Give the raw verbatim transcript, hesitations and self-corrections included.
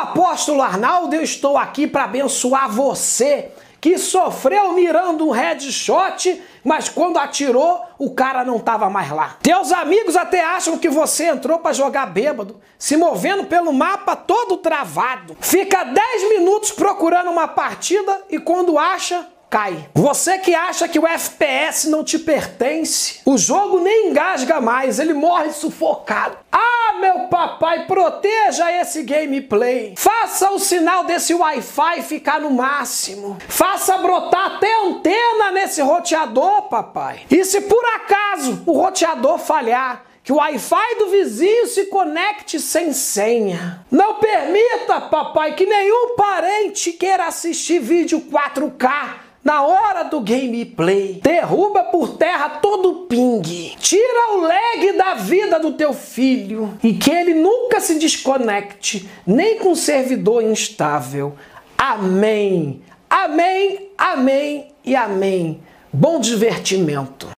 apóstolo Arnaldo, eu estou aqui para abençoar você que sofreu mirando um headshot, mas quando atirou, o cara não estava mais lá. Teus amigos até acham que você entrou para jogar bêbado, se movendo pelo mapa todo travado. Fica dez minutos procurando uma partida e quando acha, cai. Você que acha que o F P S não te pertence, o jogo nem engasga mais, ele morre sufocado. Ah, meu papai, proteja esse gameplay. Faça o sinal desse Wi-Fi ficar no máximo. Faça brotar até antena nesse roteador, papai. E se por acaso o roteador falhar, que o Wi-Fi do vizinho se conecte sem senha. Não permita, papai, que nenhum parente queira assistir vídeo quatro K na hora do gameplay. Derruba por terra todo o ping. Tira o lag da vida do teu filho. E que ele nunca se desconecte, nem com servidor instável. Amém. Amém, amém e amém. Bom divertimento.